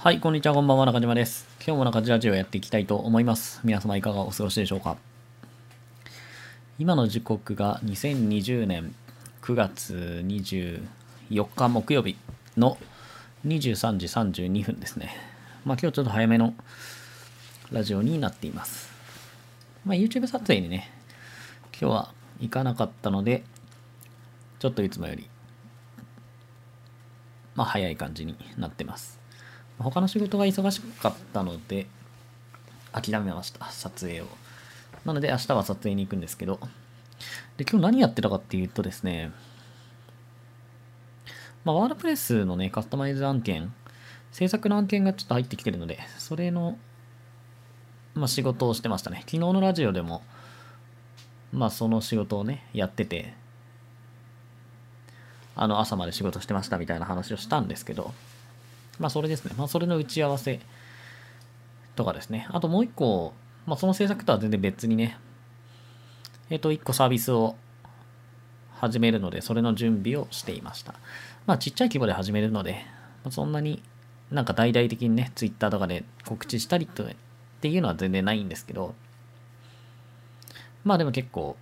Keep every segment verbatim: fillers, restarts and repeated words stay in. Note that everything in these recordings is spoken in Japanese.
はい、こんにちは、こんばんは、中島です。今日も中島ラジオをやっていきたいと思います。皆様いかがお過ごしでしょうか。今の時刻がにせんにじゅうねんくがつにじゅうよっか木曜日のにじゅうさんじさんじゅうにふんですね。まあ今日ちょっと早めのラジオになっています。まあ YouTube 撮影にね、今日は行かなかったので、ちょっといつもより、まあ早い感じになってます。他の仕事が忙しかったので、諦めました、撮影を。なので、明日は撮影に行くんですけど、で、今日何やってたかっていうとですね、まあ、ワードプレスのね、カスタマイズ案件、制作の案件がちょっと入ってきてるので、それの、まあ、仕事をしてましたね。昨日のラジオでも、まあ、その仕事をね、やってて、あの、朝まで仕事してましたみたいな話をしたんですけど、まあ、それですね。まあ、それの打ち合わせとかですね。あともう一個、まあ、その制作とは全然別にね、えっと、一個サービスを始めるので、それの準備をしていました。まあ、ちっちゃい規模で始めるので、そんなになんか大々的にね、ツイッターとかで告知したりとっていうのは全然ないんですけど、まあでも結構、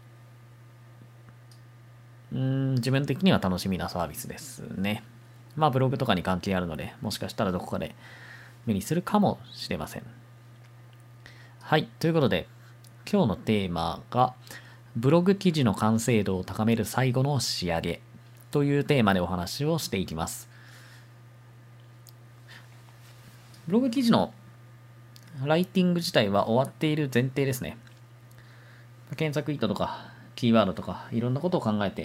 うーん、自分的には楽しみなサービスですね。まあブログとかに関係あるので、もしかしたらどこかで目にするかもしれません。はい、ということで、今日のテーマが、ブログ記事の完成度を高める最後の仕上げというテーマでお話をしていきます。ブログ記事のライティング自体は終わっている前提ですね。検索意図とかキーワードとかいろんなことを考えて、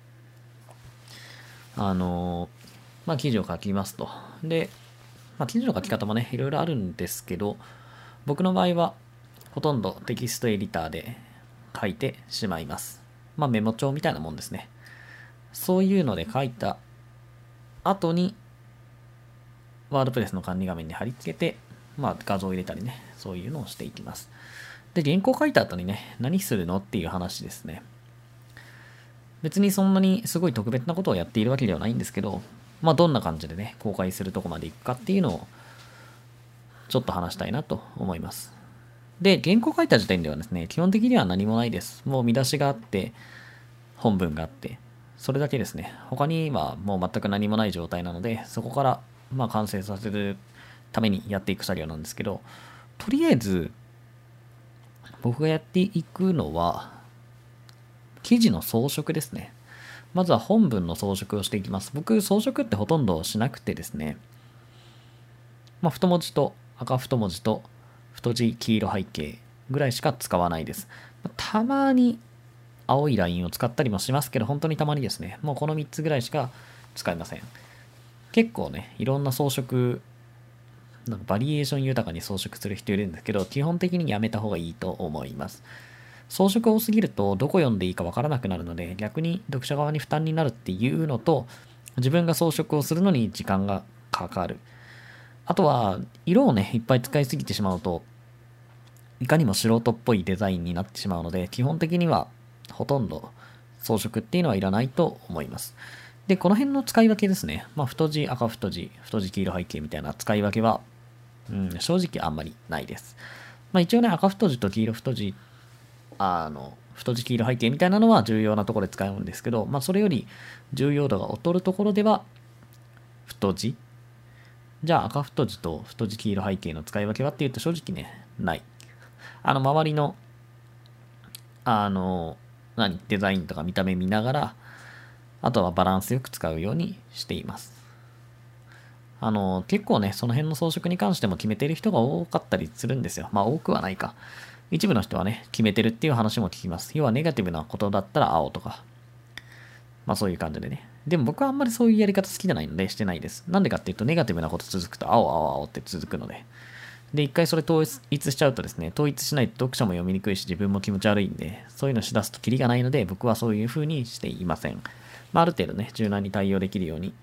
あのー、まあ記事を書きますと。で、まあ記事の書き方もね、いろいろあるんですけど、僕の場合はほとんどテキストエディターで書いてしまいます。まあメモ帳みたいなもんですね。そういうので書いた後に、ワードプレスの管理画面に貼り付けて、まあ画像を入れたりね、そういうのをしていきます。で、原稿書いた後にね、何するのっていう話ですね。別にそんなにすごい特別なことをやっているわけではないんですけど、まあどんな感じでね、公開するとこまでいくかっていうのを、ちょっと話したいなと思います。で、原稿書いた時点ではですね、基本的には何もないです。もう見出しがあって、本文があって、それだけですね。他にはもう全く何もない状態なので、そこからまあ完成させるためにやっていく作業なんですけど、とりあえず、僕がやっていくのは、記事の装飾ですね。まずは本文の装飾をしていきます。僕、装飾ってほとんどしなくてですね、まあ、太文字と赤太文字と太字黄色背景ぐらいしか使わないです。たまに青いラインを使ったりもしますけど、本当にたまにですね。もうこのみっつぐらいしか使いません。結構ね、いろんな装飾、なんかバリエーション豊かに装飾する人いるんですけど、基本的にやめた方がいいと思います。装飾多すぎるとどこ読んでいいかわからなくなるので、逆に読者側に負担になるっていうのと、自分が装飾をするのに時間がかかる。あとは、色をね、いっぱい使いすぎてしまうと、いかにも素人っぽいデザインになってしまうので、基本的にはほとんど装飾っていうのはいらないと思います。で、この辺の使い分けですね。まあ、太字、赤太字、太字黄色背景みたいな使い分けは、うん、正直あんまりないです。まあ、一応ね、赤太字と黄色太字、あの、太字黄色背景みたいなのは重要なところで使うんですけど、まあ、それより重要度が劣るところでは、太字。じゃあ赤太字と太字黄色背景の使い分けはっていうと正直ね、ない。あの、周りの、あの、何、デザインとか見た目見ながら、あとはバランスよく使うようにしています。あの、結構ね、その辺の装飾に関しても決めてる人が多かったりするんですよ。まあ多くはないか。一部の人はね、決めてるっていう話も聞きます。要はネガティブなことだったら青とか。まあそういう感じでね。でも僕はあんまりそういうやり方好きじゃないのでしてないです。なんでかっていうとネガティブなこと続くと青青青って続くので。で、一回それ統一しちゃうとですね、統一しないと読者も読みにくいし自分も気持ち悪いんで、そういうのしだすとキリがないので僕はそういう風にしていません。まあある程度ね、柔軟に対応できるように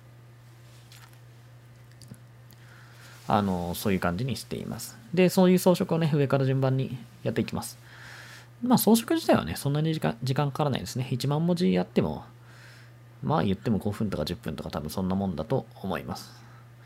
あの、そういう感じにしています。で、そういう装飾をね、上から順番にやっていきます。まあ、装飾自体はね、そんなに時間、時間かからないですね。いちまん文字やっても、まあ言ってもごふんとかじゅっぷんとか多分そんなもんだと思います。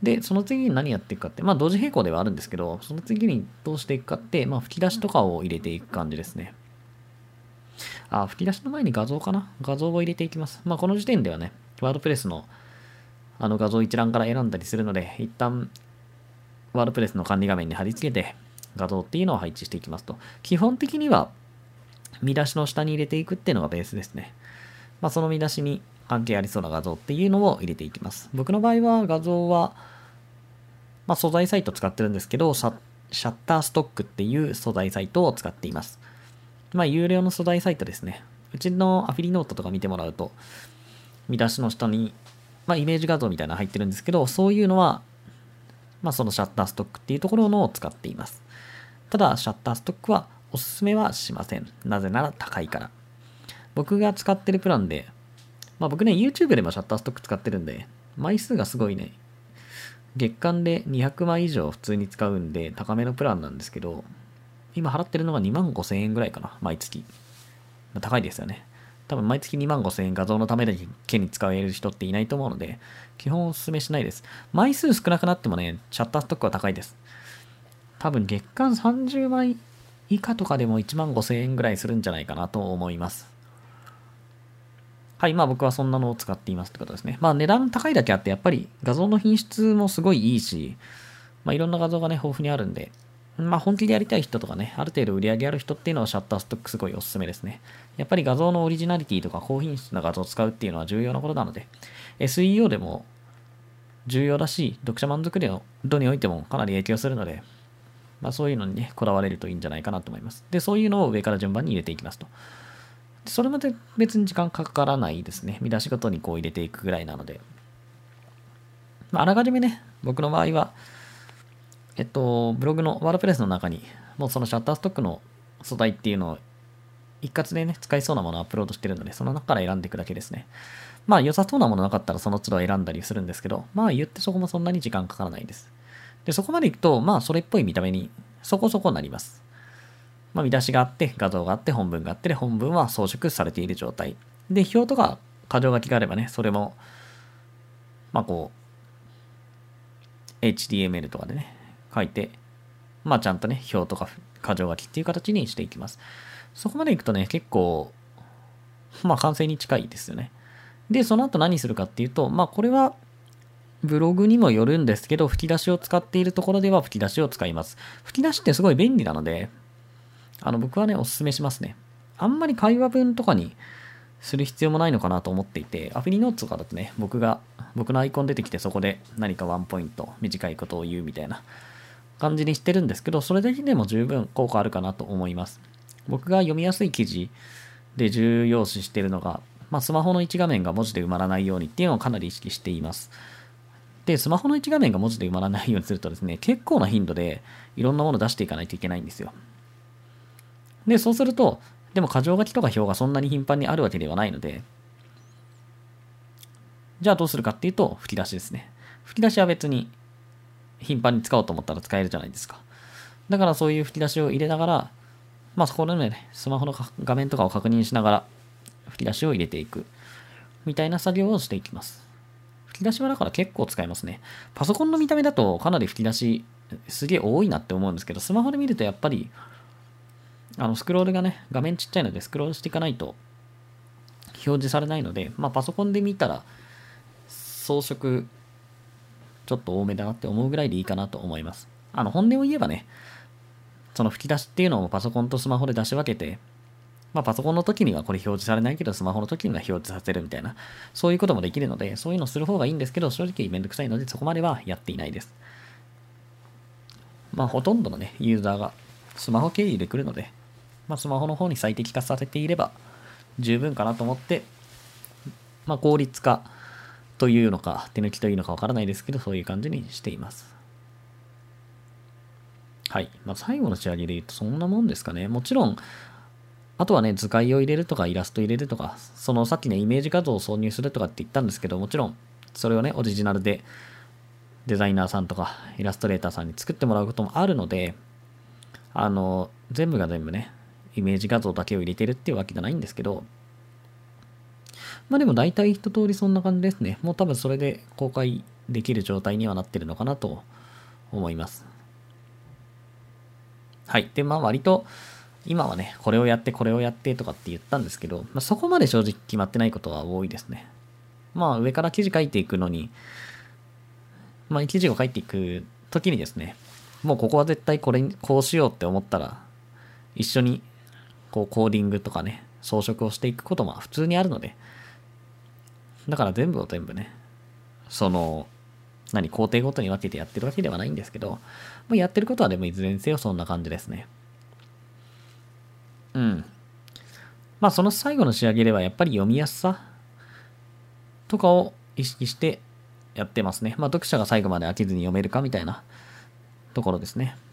で、その次に何やっていくかって、まあ同時並行ではあるんですけど、その次にどうしていくかって、まあ吹き出しとかを入れていく感じですね。あ、吹き出しの前に画像かな画像を入れていきます。まあこの時点ではね、ワードプレスのあの画像一覧から選んだりするので、一旦ワードプレスの管理画面に貼り付けて画像っていうのを配置していきますと。基本的には見出しの下に入れていくっていうのがベースですね。まあその見出しに関係ありそうな画像っていうのを入れていきます。僕の場合は画像は、まあ、素材サイト使ってるんですけど、シャシャッターストックっていう素材サイトを使っています。まあ有料の素材サイトですね。うちのアフィリノートとか見てもらうと、見出しの下に、まあ、イメージ画像みたいなの入ってるんですけど、そういうのは、まあ、そのシャッターストックっていうところのを使っています。ただ、シャッターストックはおすすめはしません。なぜなら高いから。僕が使ってるプランで、まあ僕ね、YouTube でもシャッターストック使ってるんで、枚数がすごいね、月間でにひゃくまい以上普通に使うんで、高めのプランなんですけど、今払ってるのがにまんごせんえんぐらいかな、毎月。高いですよね。多分毎月にまんごせんえん画像のためだけに使える人っていないと思うので、基本おすすめしないです。枚数少なくなってもね、シャッターストックは高いです。多分月間さんじゅうまい以下とかでもいちまんごせんえんぐらいするんじゃないかなと思います。はい、まあ僕はそんなのを使っていますってことですね。まあ値段高いだけあって、やっぱり画像の品質もすごいいいし、まあいろんな画像がね、豊富にあるんで、まあ本気でやりたい人とかね、ある程度売り上げある人っていうのはシャッターストックすごいおすすめですね。やっぱり画像のオリジナリティとか高品質な画像を使うっていうのは重要なことなので、エスイーオー でも重要だし、読者満足度においてもかなり影響するので、まあそういうのにね、こだわれるといいんじゃないかなと思います。で、そういうのを上から順番に入れていきますと。それまで別に時間かからないですね。見出しごとにこう入れていくぐらいなので。まあ、あらかじめね、僕の場合は、えっと、ブログのワードプレスの中に、もうそのシャッターストックの素材っていうのを一括でね、使いそうなものをアップロードしてるので、その中から選んでいくだけですね。まあ良さそうなものなかったらその都度選んだりするんですけど、まあ言ってそこもそんなに時間かからないです。で、そこまで行くと、まあそれっぽい見た目にそこそこなります。まあ見出しがあって、画像があって、本文があって、で本文は装飾されている状態。で、表とか箇条書きがあればね、それも、まあこう、エイチティーエムエル とかでね、書いて、まあちゃんとね、表とか箇条書きっていう形にしていきます。そこまでいくとね、結構、まあ完成に近いですよね。で、その後何するかっていうと、まあこれは、ブログにもよるんですけど、吹き出しを使っているところでは吹き出しを使います。吹き出しってすごい便利なので、あの僕はね、おすすめしますね。あんまり会話文とかにする必要もないのかなと思っていて、アフィリノーツとかだとね、僕が、僕のアイコン出てきてそこで何かワンポイント、短いことを言うみたいな感じにしてるんですけど、それだけでも十分効果あるかなと思います。僕が読みやすい記事で重要視しているのが、まあ、スマホの一画面が文字で埋まらないようにっていうのをかなり意識しています。で、スマホの一画面が文字で埋まらないようにするとですね、結構な頻度でいろんなものを出していかないといけないんですよ。で、そうすると、でも箇条書きとか表がそんなに頻繁にあるわけではないので、じゃあどうするかっていうと、吹き出しですね。吹き出しは別に頻繁に使おうと思ったら使えるじゃないですか。だからそういう吹き出しを入れながら、まあそこでね、スマホの画面とかを確認しながら吹き出しを入れていくみたいな作業をしていきます。吹き出しはだから結構使えますね。パソコンの見た目だとかなり吹き出しすげえ多いなって思うんですけど、スマホで見るとやっぱりあのスクロールがね、画面ちっちゃいのでスクロールしていかないと表示されないので、まあパソコンで見たら装飾ちょっと多めだなって思うぐらいでいいかなと思います。あの本音を言えばね、その吹き出しっていうのをパソコンとスマホで出し分けて、まあパソコンの時にはこれ表示されないけど、スマホの時には表示させるみたいな、そういうこともできるので、そういうのをする方がいいんですけど、正直めんどくさいのでそこまではやっていないです。まあほとんどのね、ユーザーがスマホ経由で来るので、まあスマホの方に最適化させていれば十分かなと思って、まあ効率化というのか、手抜きというのかわからないですけど、そういう感じにしています。はい。まあ、最後の仕上げで言うとそんなもんですかね。もちろん、あとはね、図解を入れるとかイラスト入れるとか、そのさっきね、イメージ画像を挿入するとかって言ったんですけど、もちろん、それをね、オリジナルでデザイナーさんとかイラストレーターさんに作ってもらうこともあるので、あの、全部が全部ね、イメージ画像だけを入れてるっていうわけじゃないんですけど、 まあでも大体一通りそんな感じですね。もう多分それで公開できる状態にはなってるのかなと思います。はい。で、まあ割と、今はね、これをやって、これをやってとかって言ったんですけど、まあ、そこまで正直決まってないことは多いですね。まあ上から記事書いていくのに、まあ記事を書いていく時にですね、もうここは絶対これに、こうしようって思ったら、一緒にこうコーディングとかね、装飾をしていくことも普通にあるので、だから全部を全部ね、その、何、工程ごとに分けてやってるわけではないんですけど、まあ、やってることはでもいずれにせよそんな感じですね。うん。まあその最後の仕上げではやっぱり読みやすさとかを意識してやってますね。まあ読者が最後まで飽きずに読めるかみたいなところですね。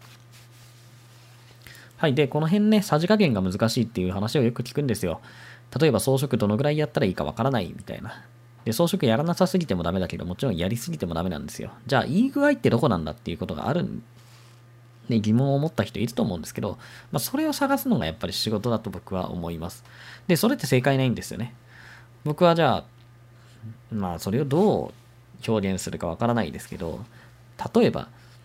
はい。で、この辺ね、さじ加減が難しいっていう話をよく聞くんですよ。例えば装飾どのぐらいやったらいいかわからないみたいな。で、装飾やらなさすぎてもダメだけど、もちろんやりすぎてもダメなんですよ。じゃあ、いい具合ってどこなんだっていうことがあるんね、疑問を持った人いると思うんですけど、まあ、それを探すのがやっぱり仕事だと僕は思います。で、それって正解ないんですよね。僕はじゃあ、まあ、それをどう表現するかわからないですけど、例えば、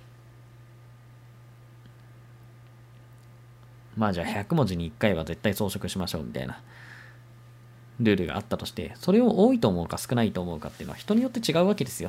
まあじゃあひゃく文字にいっかいは絶対装飾しましょうみたいなルールがあったとして、それを多いと思うか少ないと思うかっていうのは人によって違うわけですよ。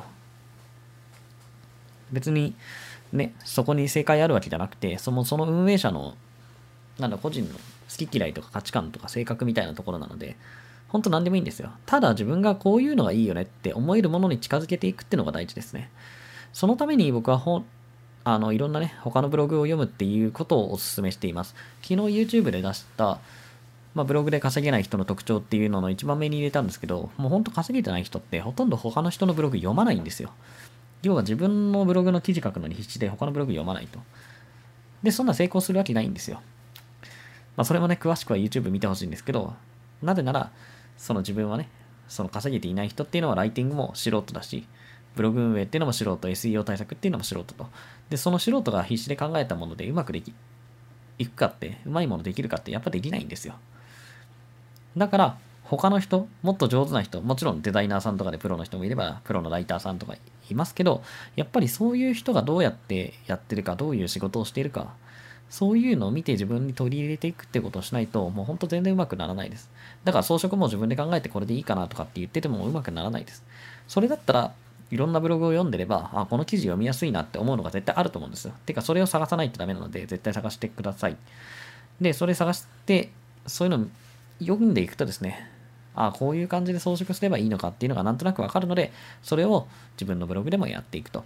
別にね、そこに正解あるわけじゃなくて、そのその運営者の、なんだ、個人の好き嫌いとか価値観とか性格みたいなところなので、ほんと何でもいいんですよ。ただ自分がこういうのがいいよねって思えるものに近づけていくっていうのが大事ですね。そのために僕はほあのいろんなね、他のブログを読むっていうことをお勧めしています。昨日 YouTube で出した、まあ、ブログで稼げない人の特徴っていうのの一番目に入れたんですけど、もうほんと稼げてない人ってほとんど他の人のブログ読まないんですよ。要は自分のブログの記事書くのに必死で他のブログ読まないと。で、そんな成功するわけないんですよ。まあ、それもね、詳しくは YouTube 見てほしいんですけど、なぜなら、その自分はね、その稼げていない人っていうのはライティングも素人だし、ブログ運営っていうのも素人、エスイーオー 対策っていうのも素人と。で、その素人が必死で考えたものでうまくでき、いくかって、うまいものできるかってやっぱできないんですよ。だから、他の人、もっと上手な人、もちろんデザイナーさんとかでプロの人もいれば、プロのライターさんとかいますけど、やっぱりそういう人がどうやってやってるか、どういう仕事をしているか、そういうのを見て自分に取り入れていくってことをしないと、もうほんと全然うまくならないです。だから装飾も自分で考えてこれでいいかなとかって言っててもうまくならないです。それだったら、いろんなブログを読んでれば、あ、この記事読みやすいなって思うのが絶対あると思うんですよ。てか、それを探さないとダメなので、絶対探してください。で、それ探して、そういうのを読んでいくとですね、あ、こういう感じで装飾すればいいのかっていうのがなんとなくわかるので、それを自分のブログでもやっていくと。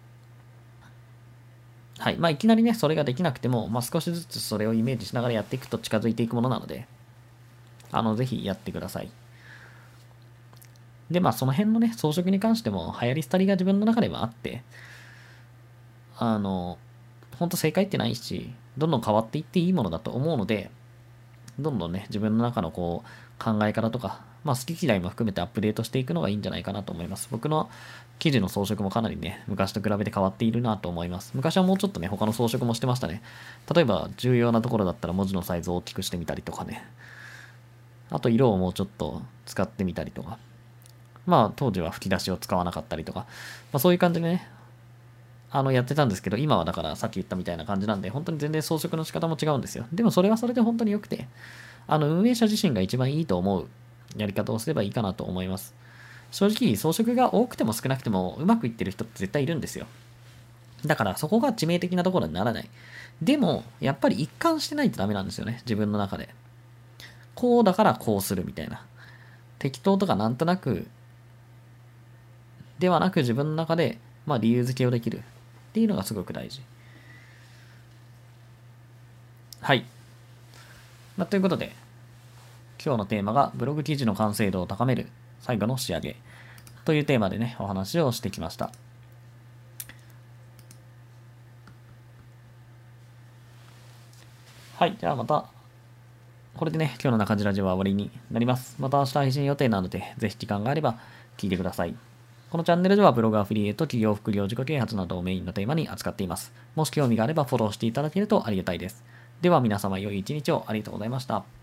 はい。まあ、いきなりね、それができなくても、まあ、少しずつそれをイメージしながらやっていくと近づいていくものなので、あの、ぜひやってください。で、まあ、その辺のね、装飾に関しても、流行り廃りが自分の中ではあって、あの、ほんと正解ってないし、どんどん変わっていっていいものだと思うので、どんどんね、自分の中のこう、考え方とか、まあ、好き嫌いも含めてアップデートしていくのがいいんじゃないかなと思います。僕の記事の装飾もかなりね、昔と比べて変わっているなと思います。昔はもうちょっとね、他の装飾もしてましたね。例えば、重要なところだったら文字のサイズを大きくしてみたりとかね。あと、色をもうちょっと使ってみたりとか。まあ、当時は吹き出しを使わなかったりとか。まあ、そういう感じでね、あの、やってたんですけど、今はだからさっき言ったみたいな感じなんで、本当に全然装飾の仕方も違うんですよ。でもそれはそれで本当に良くて、あの、運営者自身が一番いいと思うやり方をすればいいかなと思います。正直、装飾が多くても少なくてもうまくいってる人って絶対いるんですよ。だからそこが致命的なところにならない。でも、やっぱり一貫してないとダメなんですよね。自分の中で。こうだからこうするみたいな。適当とかなんとなく、ではなく自分の中で、まあ理由付けをできるっていうのがすごく大事。はい。まあ、ということで、今日のテーマがブログ記事の完成度を高める最後の仕上げというテーマでね、お話をしてきました。はい。じゃあまた、これでね、今日の中地ラジオは終わりになります。また明日配信予定なので、ぜひ時間があれば聞いてください。このチャンネルではブログアフィリエイト、企業副業自己啓発などをメインのテーマに扱っています。もし興味があればフォローしていただけるとありがたいです。では皆様良い一日をありがとうございました。